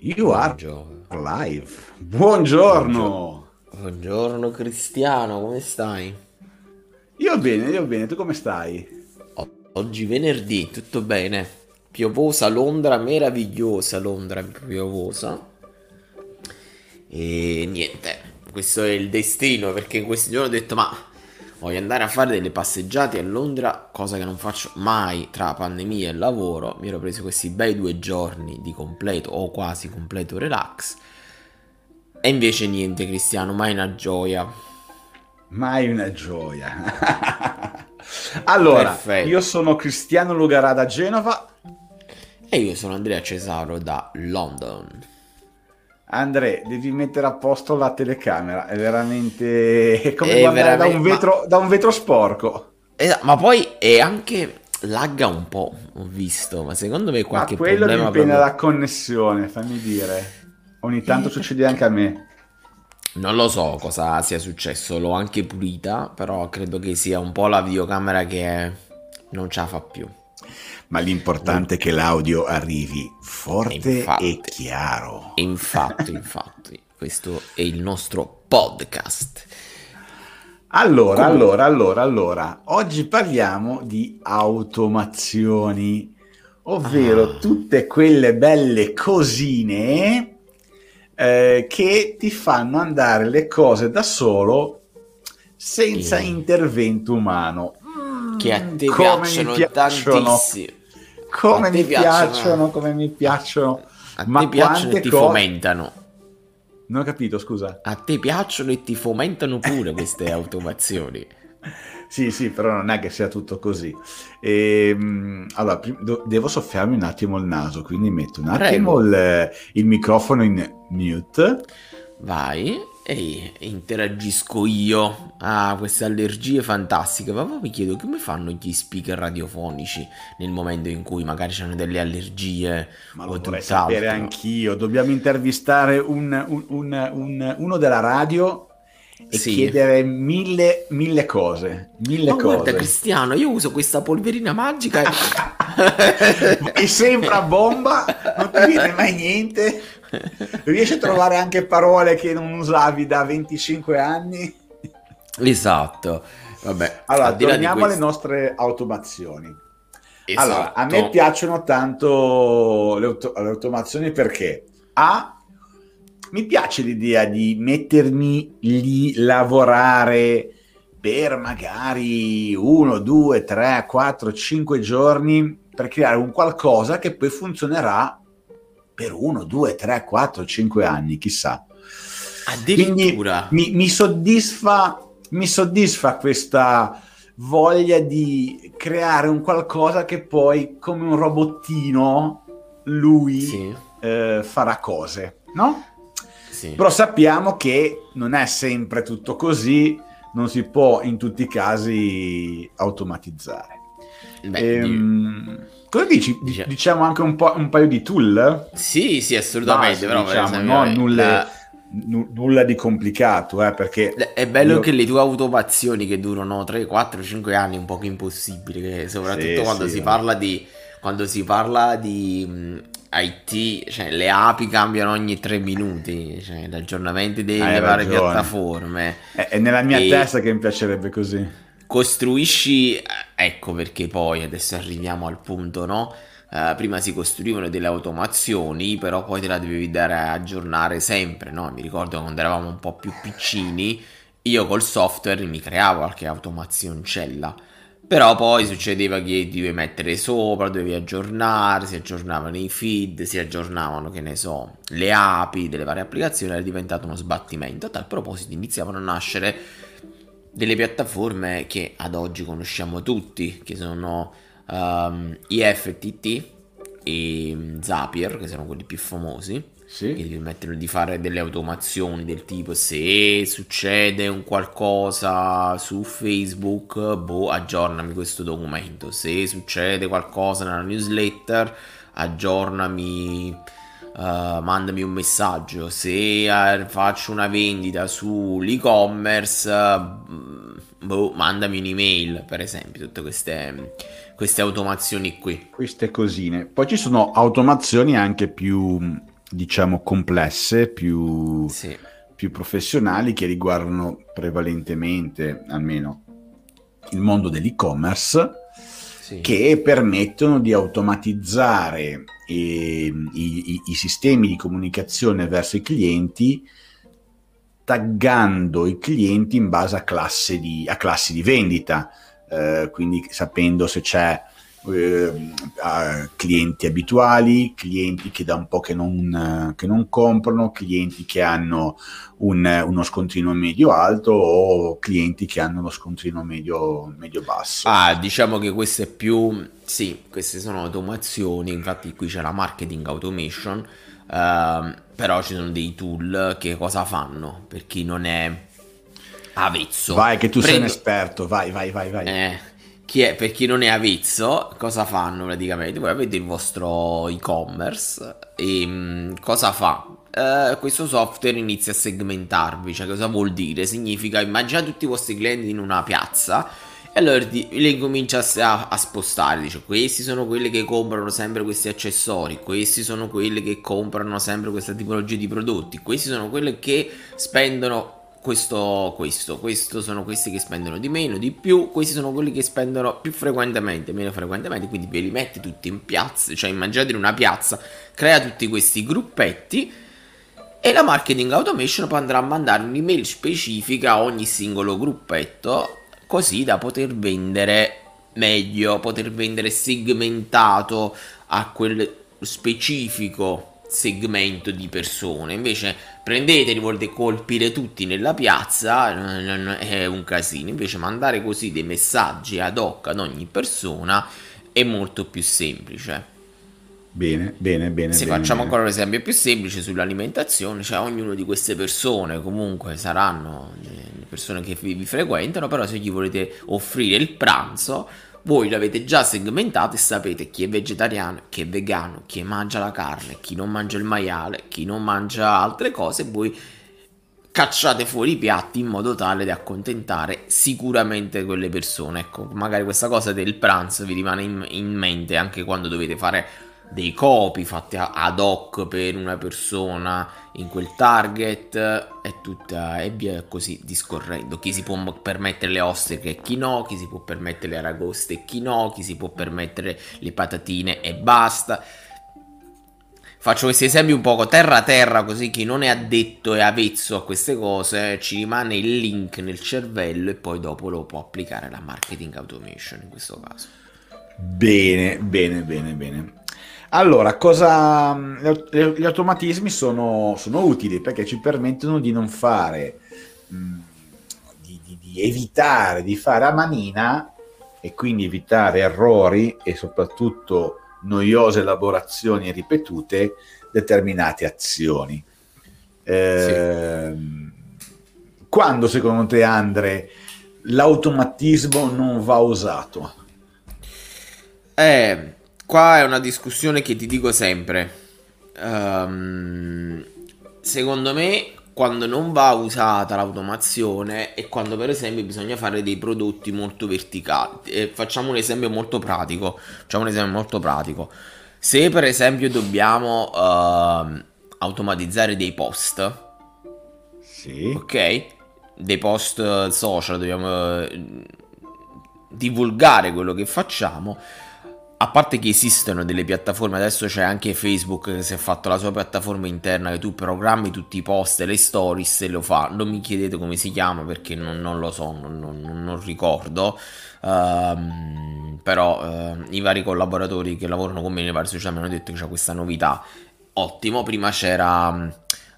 You are Buongiorno. live. Buongiorno. Buongiorno. Buongiorno Cristiano, come stai? Io bene, tu come stai? Oggi venerdì, tutto bene? Piovosa Londra, meravigliosa Londra piovosa. E niente, questo è il destino perché in questi giorni ho detto ma voglio andare a fare delle passeggiate a Londra, cosa che non faccio mai tra pandemia e lavoro. Mi ero preso questi bei 2 giorni di completo o quasi completo relax. E invece niente Cristiano, mai una gioia. Mai una gioia. Allora, io Perfetto. sono Cristiano Lugarà da Genova. E io sono Andrea Cesaro da London. Andrea, devi mettere a posto la telecamera, è veramente è come È guardare veramente... da un vetro sporco. Ma poi è anche... Lagga un po', ho visto, ma secondo me Ma qualche quello problema dipende proprio... dalla connessione, fammi dire. Ogni tanto succede anche Perché? a me. Non lo so cosa sia successo, l'ho anche pulita, però credo che sia un po' la videocamera che non ce la fa più. Ma l'importante è Comunque, che l'audio arrivi e forte e infatti, chiaro. questo è il nostro podcast. Comunque, Allora, oggi parliamo di automazioni, ovvero ah, tutte quelle belle cosine che ti fanno andare le cose da solo senza e intervento umano. che a te Come mi piacciono piacciono, tantissimo. A te piacciono, come mi piacciono, a te ma piacciono e quante ti cose... fomentano. Non ho capito, scusa. A te piacciono e ti fomentano pure queste automazioni. Sì, sì, però non è che sia tutto così. Allora, devo soffiarmi un attimo il naso, quindi metto un attimo Prego, il microfono in mute. vai e interagisco io. Ah, queste allergie fantastiche. Ma poi mi chiedo come fanno gli speaker radiofonici nel momento in cui magari hanno delle allergie Ma lo o vorrei sapere tutt'altro. anch'io. Dobbiamo intervistare uno della radio e Sì. chiedere mille cose, Ma mille guarda cose. Cristiano, io uso questa polverina magica e... Vai sempre a bomba, non ti viene mai niente. Riesci a trovare anche parole che non usavi da 25 anni? Esatto. Vabbè, Allora, al di là di torniamo alle questo. nostre automazioni. Allora, a me Esatto. piacciono tanto le automazioni perché A, mi piace l'idea di mettermi lì, lavorare per magari 1, 2, 3, 4, 5 giorni per creare un qualcosa che poi funzionerà per 1, 2, 3, 4, 5 anni, chissà. Quindi Addirittura. mi soddisfa questa voglia di creare un qualcosa che poi, come un robottino, lui Sì, farà cose, no? sì. Però sappiamo che non è sempre tutto così, non si può in tutti i casi automatizzare. Beh, Cosa dici? dice... Diciamo anche un paio di tool? Sì, sì, assolutamente, Base, però per diciamo, esempio, no? vabbè, Nulla di complicato, perché è bello che io... le tue automazioni che durano 3, 4, 5 anni è un poco impossibile, che soprattutto Sì, quando sì, si parla di IT, cioè le API cambiano ogni 3 minuti, cioè gli aggiornamenti hai delle varie ragione. piattaforme È nella mia testa e che mi piacerebbe così. costruisci, ecco perché poi adesso arriviamo al punto, no? Prima si costruivano delle automazioni, però poi te la dovevi dare a aggiornare sempre, no? Mi ricordo quando eravamo un po' più piccini, io col software mi creavo qualche automazioncella, però poi succedeva che ti dovevi mettere sopra, dovevi aggiornare, si aggiornavano i feed, si aggiornavano, che ne so, le API delle varie applicazioni, era diventato uno sbattimento. A tal proposito iniziavano a nascere delle piattaforme che ad oggi conosciamo tutti, che sono IFTT e Zapier, che sono quelli più famosi, che ti Sì? permettono di fare delle automazioni del tipo se succede un qualcosa su Facebook, boh, aggiornami questo documento, se succede qualcosa nella newsletter, aggiornami, mandami un messaggio, se faccio una vendita sull'e-commerce, boh, mandami un'email, per esempio, tutte queste automazioni qui. Queste cosine. Poi ci sono automazioni anche più diciamo, complesse, Sì, più professionali, che riguardano prevalentemente, almeno, il mondo dell'e-commerce, sì. che permettono di automatizzare i sistemi di comunicazione verso i clienti, taggando i clienti in base a classi di vendita, quindi sapendo se c'è clienti abituali, clienti che da un po' che non comprano, clienti che hanno uno scontrino medio alto, o clienti che hanno uno scontrino medio basso. Ah, diciamo che questo è più... Sì, queste sono automazioni, infatti qui c'è la marketing automation, però ci sono dei tool che cosa fanno per chi non è avezzo. Vai, che tu sei un Prendo... esperto, vai. Eh, per chi non è avezzo, cosa fanno praticamente? Voi avete il vostro e-commerce e cosa fa? Questo software inizia a segmentarvi, cioè cosa vuol dire? Significa immaginate tutti i vostri clienti in una piazza e allora li comincia a spostare, dice questi sono quelli che comprano sempre questi accessori, questi sono quelli che comprano sempre questa tipologia di prodotti, questi sono quelli che spendono questo sono questi che spendono di meno, di più, questi sono quelli che spendono più frequentemente, meno frequentemente, quindi ve li metti tutti in piazza, cioè immaginate in una piazza, crea tutti questi gruppetti e la marketing automation poi andrà a mandare un'email specifica a ogni singolo gruppetto, così da poter vendere meglio, poter vendere segmentato a quel specifico segmento di persone. Invece prendete, volete colpire tutti nella piazza, è un casino. Invece mandare così dei messaggi ad hoc ad ogni persona è molto più semplice. Se facciamo Bene. ancora un esempio più semplice sull'alimentazione, cioè ognuno di queste persone comunque saranno le persone che vi frequentano, però se gli volete offrire il pranzo, voi l'avete già segmentato e sapete chi è vegetariano, chi è vegano, chi mangia la carne, chi non mangia il maiale, chi non mangia altre cose, e voi cacciate fuori i piatti in modo tale da accontentare sicuramente quelle persone. Ecco, magari questa cosa del pranzo vi rimane in mente anche quando dovete fare dei copy fatti ad hoc per una persona in quel target e tutta e via così discorrendo. Chi si può permettere le ostriche e chi no, chi si può permettere le aragoste e chi no, chi si può permettere le patatine e basta. Faccio questi esempi un poco terra a terra, così chi non è addetto e avvezzo a queste cose ci rimane il link nel cervello e poi dopo lo può applicare la marketing automation in questo caso. Bene. Allora, gli automatismi sono utili perché ci permettono di non fare, di evitare di fare a manina, e quindi evitare errori e soprattutto noiose elaborazioni ripetute determinate azioni. Sì. Quando secondo te, Andre, l'automatismo non va usato? Qua è una discussione che ti dico sempre. Ehm, Secondo me, quando non va usata l'automazione è quando, per esempio, bisogna fare dei prodotti molto verticali. Facciamo un esempio molto pratico. Se, per esempio, dobbiamo automatizzare dei post, Sì. ok? Dei post social, dobbiamo divulgare quello che facciamo. A parte che esistono delle piattaforme, adesso c'è anche Facebook che si è fatto la sua piattaforma interna, che tu programmi tutti i post e le stories e lo fa. Non mi chiedete come si chiama perché non lo so, non ricordo. Però i vari collaboratori che lavorano con me nei vari social mi hanno detto che c'è questa novità. Ottimo, prima c'era...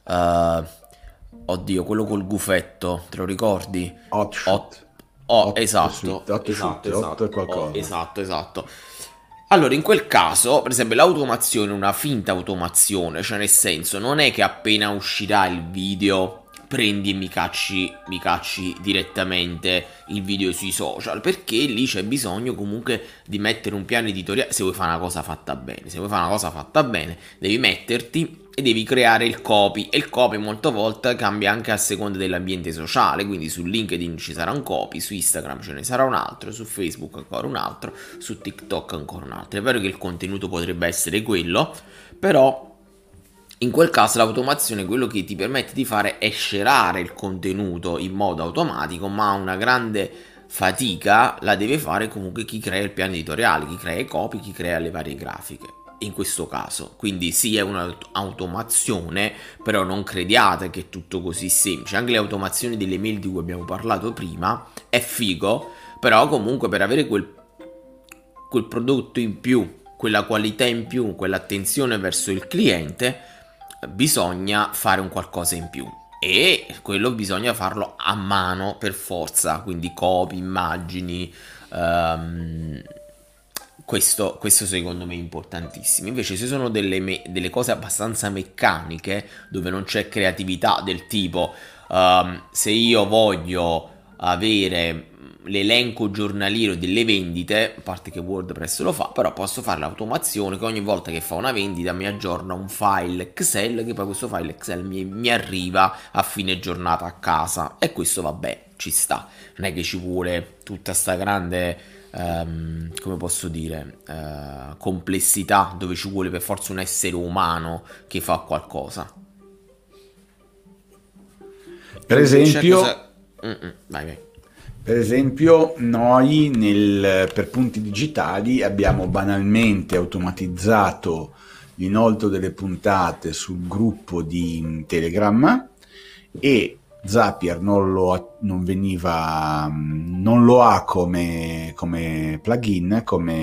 oddio, quello col gufetto, te lo ricordi? Hotshot. Esatto, Hot è qualcosa. esatto. Allora, in quel caso, per esempio, l'automazione è una finta automazione, cioè nel senso, non è che appena uscirà il video prendi e mi cacci direttamente il video sui social, perché lì c'è bisogno comunque di mettere un piano editoriale. Se vuoi fare una cosa fatta bene, devi metterti e devi creare il copy, e il copy molte volte cambia anche a seconda dell'ambiente sociale, quindi su LinkedIn ci sarà un copy, su Instagram ce ne sarà un altro, su Facebook ancora un altro, su TikTok ancora un altro. È vero che il contenuto potrebbe essere quello, però In quel caso l'automazione quello che ti permette di fare è scerare il contenuto in modo automatico, ma una grande fatica la deve fare comunque chi crea il piano editoriale, chi crea i copy, chi crea le varie grafiche. In questo caso, quindi sì, è un'automazione, però non crediate che è tutto così semplice. Anche le automazioni delle mail di cui abbiamo parlato prima è figo, però comunque per avere quel prodotto in più, quella qualità in più, quell'attenzione verso il cliente, bisogna fare un qualcosa in più. E quello bisogna farlo a mano per forza, quindi copy, immagini, ehm, questo secondo me è importantissimo. Invece se sono delle cose abbastanza meccaniche, dove non c'è creatività del tipo, se io voglio avere l'elenco giornaliero delle vendite, a parte che WordPress lo fa, però posso fare l'automazione che ogni volta che fa una vendita mi aggiorna un file Excel, che poi questo file Excel mi arriva a fine giornata a casa, e questo vabbè, ci sta, non è che ci vuole tutta sta grande come posso dire, complessità, dove ci vuole per forza un essere umano che fa qualcosa. Per Invece esempio, cosa... vai, vai. Per esempio, noi per punti digitali abbiamo banalmente automatizzato l'inoltro delle puntate sul gruppo di Telegram, e Zapier non lo ha come plugin,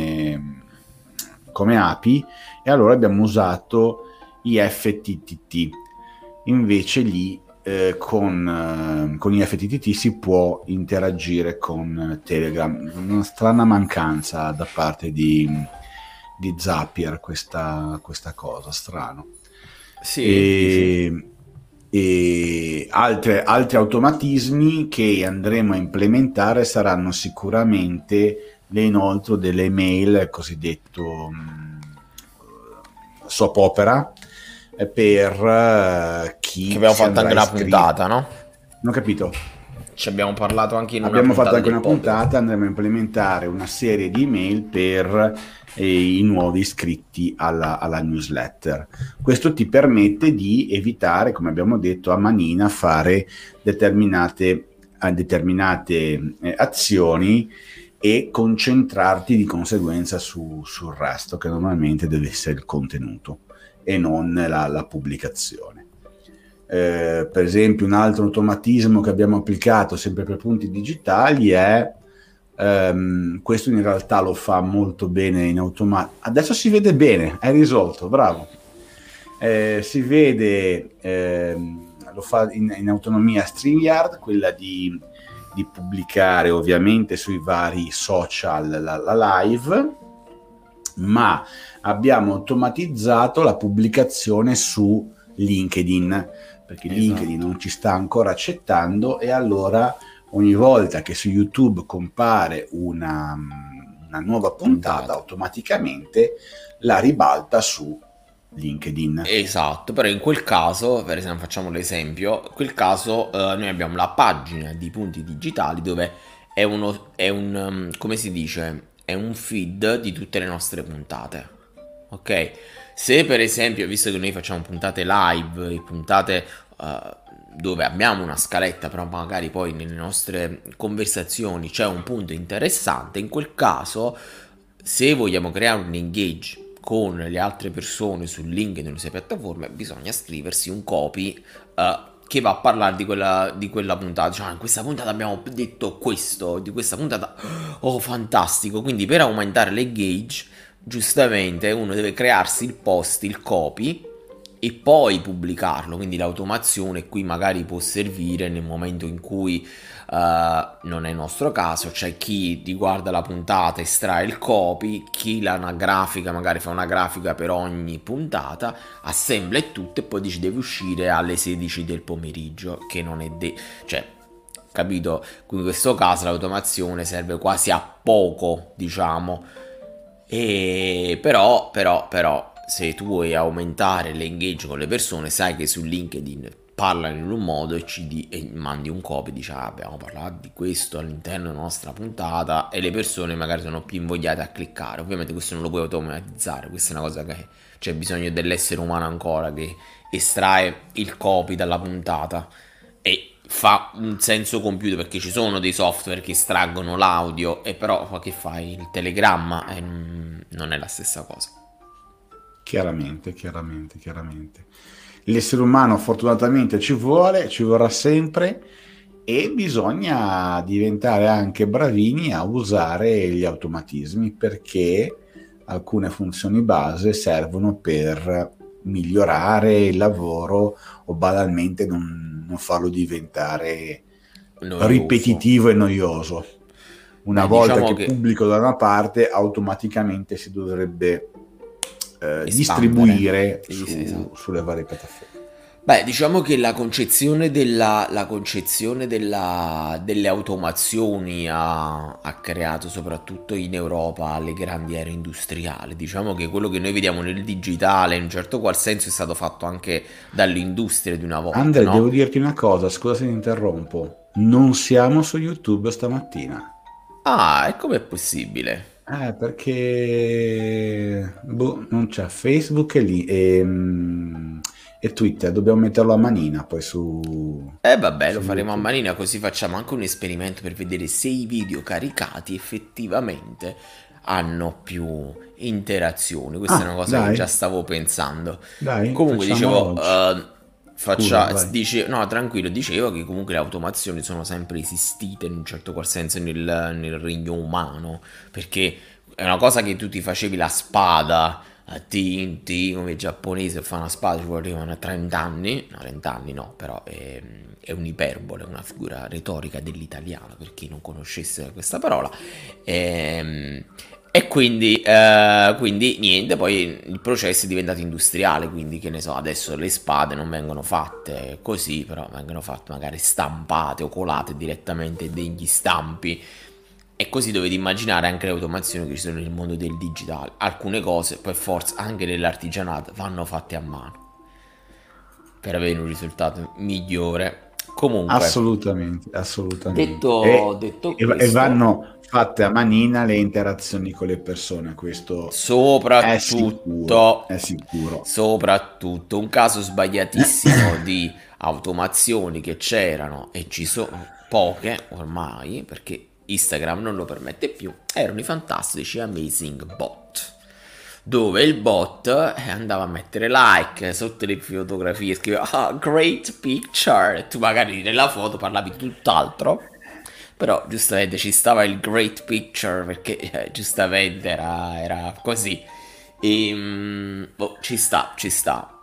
come API, e allora abbiamo usato i FTTT. Invece lì con i FTTT si può interagire con Telegram. Una strana mancanza da parte di Zapier questa cosa, strano. Sì, dici? E altri automatismi che andremo a implementare saranno sicuramente l'inoltro delle mail, cosiddetto soap opera, per Che chi abbiamo si fatto andrà anche a una iscrivere. puntata, no? Non ho capito. Ci abbiamo parlato anche in una Abbiamo fatto puntata anche del una podcast. puntata, andremo a implementare una serie di email per i nuovi iscritti alla newsletter. Questo ti permette di evitare, come abbiamo detto, a manina fare determinate azioni, e concentrarti di conseguenza sul resto, che normalmente deve essere il contenuto e non la pubblicazione. Per esempio, un altro automatismo che abbiamo applicato sempre per punti digitali è questo, in realtà lo fa molto bene in automatico. Adesso si vede bene, è risolto, bravo. Si vede, lo fa in autonomia StreamYard, quella di pubblicare ovviamente sui vari social la live, ma abbiamo automatizzato la pubblicazione su LinkedIn, perché LinkedIn Esatto. non ci sta ancora accettando, e allora ogni volta che su YouTube compare una nuova puntata, Puntata. automaticamente la ribalta su LinkedIn. Esatto, però in quel caso, per esempio facciamo l'esempio, in quel caso noi abbiamo la pagina di punti digitali dove come si dice, è un feed di tutte le nostre puntate, ok? Se per esempio, visto che noi facciamo puntate live, e puntate dove abbiamo una scaletta, però magari poi nelle nostre conversazioni c'è un punto interessante, in quel caso se vogliamo creare un engage con le altre persone su link nelle sue piattaforme, bisogna scriversi un copy che va a parlare di quella puntata. Cioè, in questa puntata abbiamo detto questo, di questa puntata, oh fantastico. Quindi per aumentare l'engage, giustamente uno deve crearsi il post, il copy, e poi pubblicarlo. Quindi l'automazione qui magari può servire nel momento in cui non è il nostro caso, c'è chi riguarda la puntata, estrae il copy, chi l'anagrafica magari fa una grafica per ogni puntata, assembla e tutto, e poi dice deve uscire alle 16 del pomeriggio, che non è cioè, capito? Quindi in questo caso l'automazione serve quasi a poco, diciamo. E però, se tu vuoi aumentare l'engage con le persone, sai che su LinkedIn parlano in un modo e mandi un copy, dici abbiamo parlato di questo all'interno della nostra puntata e le persone magari sono più invogliate a cliccare. Ovviamente questo non lo puoi automatizzare, questa è una cosa che c'è bisogno dell'essere umano ancora che estrae il copy dalla puntata e fa un senso compiuto, perché ci sono dei software che estraggono l'audio e però che fai? Il telegramma non è la stessa cosa. Chiaramente, chiaramente, chiaramente. L'essere umano fortunatamente ci vorrà sempre e bisogna diventare anche bravini a usare gli automatismi perché alcune funzioni base servono per migliorare il lavoro o banalmente non farlo diventare Noioso. ripetitivo e noioso. Una Beh, volta diciamo che che pubblico da una parte, automaticamente si dovrebbe espandere. distribuire Sì, esatto. sulle varie piattaforme. Beh, diciamo che la concezione delle automazioni ha creato soprattutto in Europa le grandi aree industriali. Diciamo che quello che noi vediamo nel digitale, in un certo qual senso, è stato fatto anche dalle industrie di una volta, Andre, devo no? dirti una cosa, scusa se ti interrompo. Non siamo su YouTube stamattina. Ah, e com'è possibile? Perché non c'è Facebook e Twitter, dobbiamo metterlo a manina poi Vabbè, lo su faremo a YouTube. manina, così facciamo anche un esperimento per vedere se i video caricati effettivamente hanno più interazioni. Questa è una Ah, cosa che già dai, stavo pensando. dai, Comunque facciamolo dicevo, oggi. Scusa, vai. no, tranquillo, dicevo che comunque le automazioni sono sempre esistite in un certo qual senso nel regno umano, perché è una cosa che tu ti facevi la spada a TNT come i giapponesi, fa una spada ci volevano 30 anni, no 30 anni no, però è un'iperbole, una figura retorica dell'italiano per chi non conoscesse questa parola. Ehm, e quindi niente, poi il processo è diventato industriale, quindi che ne so, adesso le spade non vengono fatte così, però vengono fatte magari stampate o colate direttamente degli stampi. E così dovete immaginare anche le automazioni che ci sono nel mondo del digitale. Alcune cose, per forza, anche nell'artigianato, vanno fatte a mano per avere un risultato migliore. Comunque, Assolutamente, assolutamente. detto E questo, vanno fatte a manina le interazioni con le persone, questo soprattutto, è sicuro. soprattutto, un caso sbagliatissimo di automazioni che c'erano e ci sono poche ormai, perché Instagram non lo permette più, erano i fantastici Amazing Bot, dove il bot andava a mettere like sotto le fotografie, scriveva great picture, e tu magari nella foto parlavi di tutt'altro, però giustamente ci stava il great picture perché giustamente era così. E ci sta, ci sta.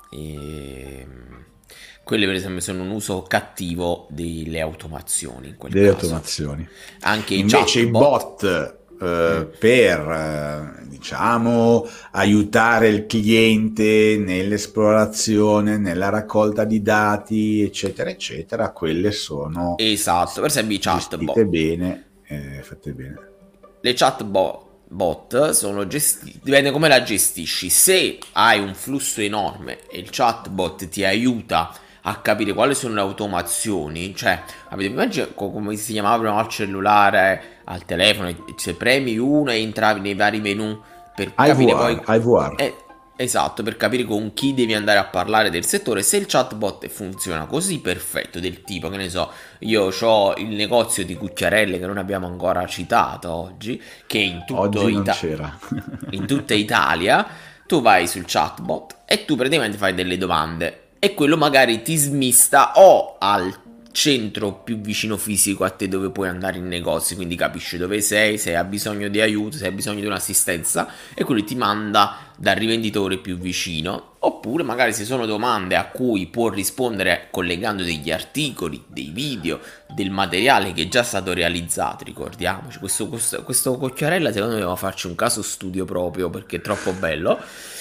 Quelle per esempio sono un uso cattivo delle automazioni in quel Delle caso. automazioni. Anche i Invece i chatbot. bot Mm. per, diciamo, aiutare il cliente nell'esplorazione, nella raccolta di dati, eccetera, eccetera, quelle sono Esatto, per esempio i gestite chatbot. bene, fatte bene. Le chatbot sono gestite, dipende come la gestisci. Se hai un flusso enorme e il chatbot ti aiuta a capire quali sono le automazioni, cioè avete immaginato come si chiamava prima al cellulare, al telefono, e se premi uno e entravi nei vari menu per capire poi. IVR, IVR. Esatto, per capire con chi devi andare a parlare del settore. Se il chatbot funziona così perfetto, del tipo, che ne so, io ho il negozio di cucchiarelle che non abbiamo ancora citato oggi, che è Oggi non c'era. in tutta Italia, tu vai sul chatbot e tu praticamente fai delle domande e quello magari ti smista o al centro più vicino fisico a te dove puoi andare in negozio, quindi capisce dove sei, se hai bisogno di aiuto, se hai bisogno di un'assistenza e quello ti manda dal rivenditore più vicino, oppure magari se sono domande a cui può rispondere collegando degli articoli, dei video, del materiale che è già stato realizzato, ricordiamoci, questo Cocchiarella secondo me dobbiamo farci un caso studio proprio perché è troppo bello.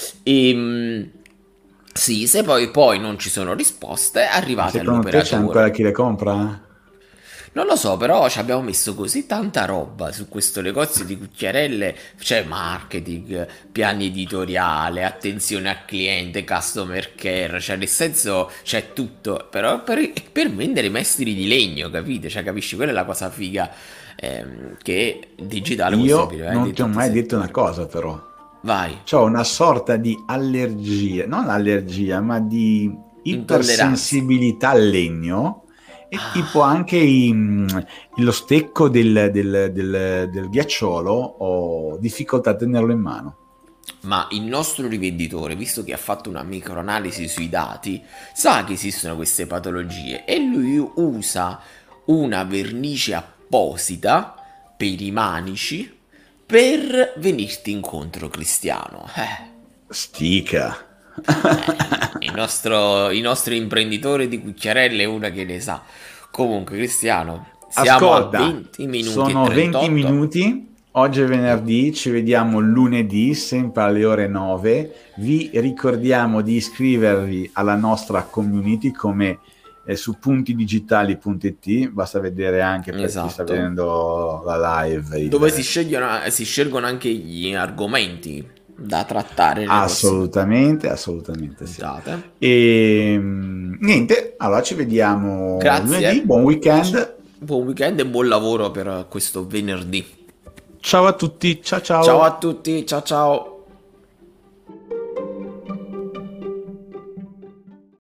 Sì, se poi non ci sono risposte, Ma arrivate secondo te c'è ancora all'operatore. chi le compra? Non lo so, però ci abbiamo messo così tanta roba su questo negozio di cucchiarelle, c'è marketing, piani editoriale, attenzione al cliente, customer care, cioè nel senso c'è tutto, però per vendere mestoli di legno, capite? Cioè capisci, quella è la cosa figa, che il digitale può servire Io veramente non in ti ho tutti i mai detto una settori. cosa però. Vai, C'ho una sorta di allergia, non allergia, ma di intolleranza. ipersensibilità al legno e tipo Ah. anche lo stecco del ghiacciolo ho difficoltà a tenerlo in mano. Ma il nostro rivenditore, visto che ha fatto una microanalisi sui dati, sa che esistono queste patologie e lui usa una vernice apposita per i manici per venirti incontro, Cristiano. Stica. I nostri imprenditori di cucchiarelle è una che ne sa. Comunque, Cristiano, siamo a Ascolta, 20 minuti e sono 20 38. minuti. Oggi è Eh, venerdì, ci vediamo lunedì, sempre alle ore 9. Vi ricordiamo di iscrivervi alla nostra community come su puntidigitali.it. Basta vedere anche per chi sta esatto. vedendo la live Dove si scelgono anche gli argomenti da trattare nelle prossime assolutamente, assolutamente sì. puntate. E niente, allora ci vediamo lunedì. Grazie, Buon weekend. buon weekend e buon lavoro per questo venerdì. Ciao a tutti, ciao Ciao a ciao. tutti, ciao ciao.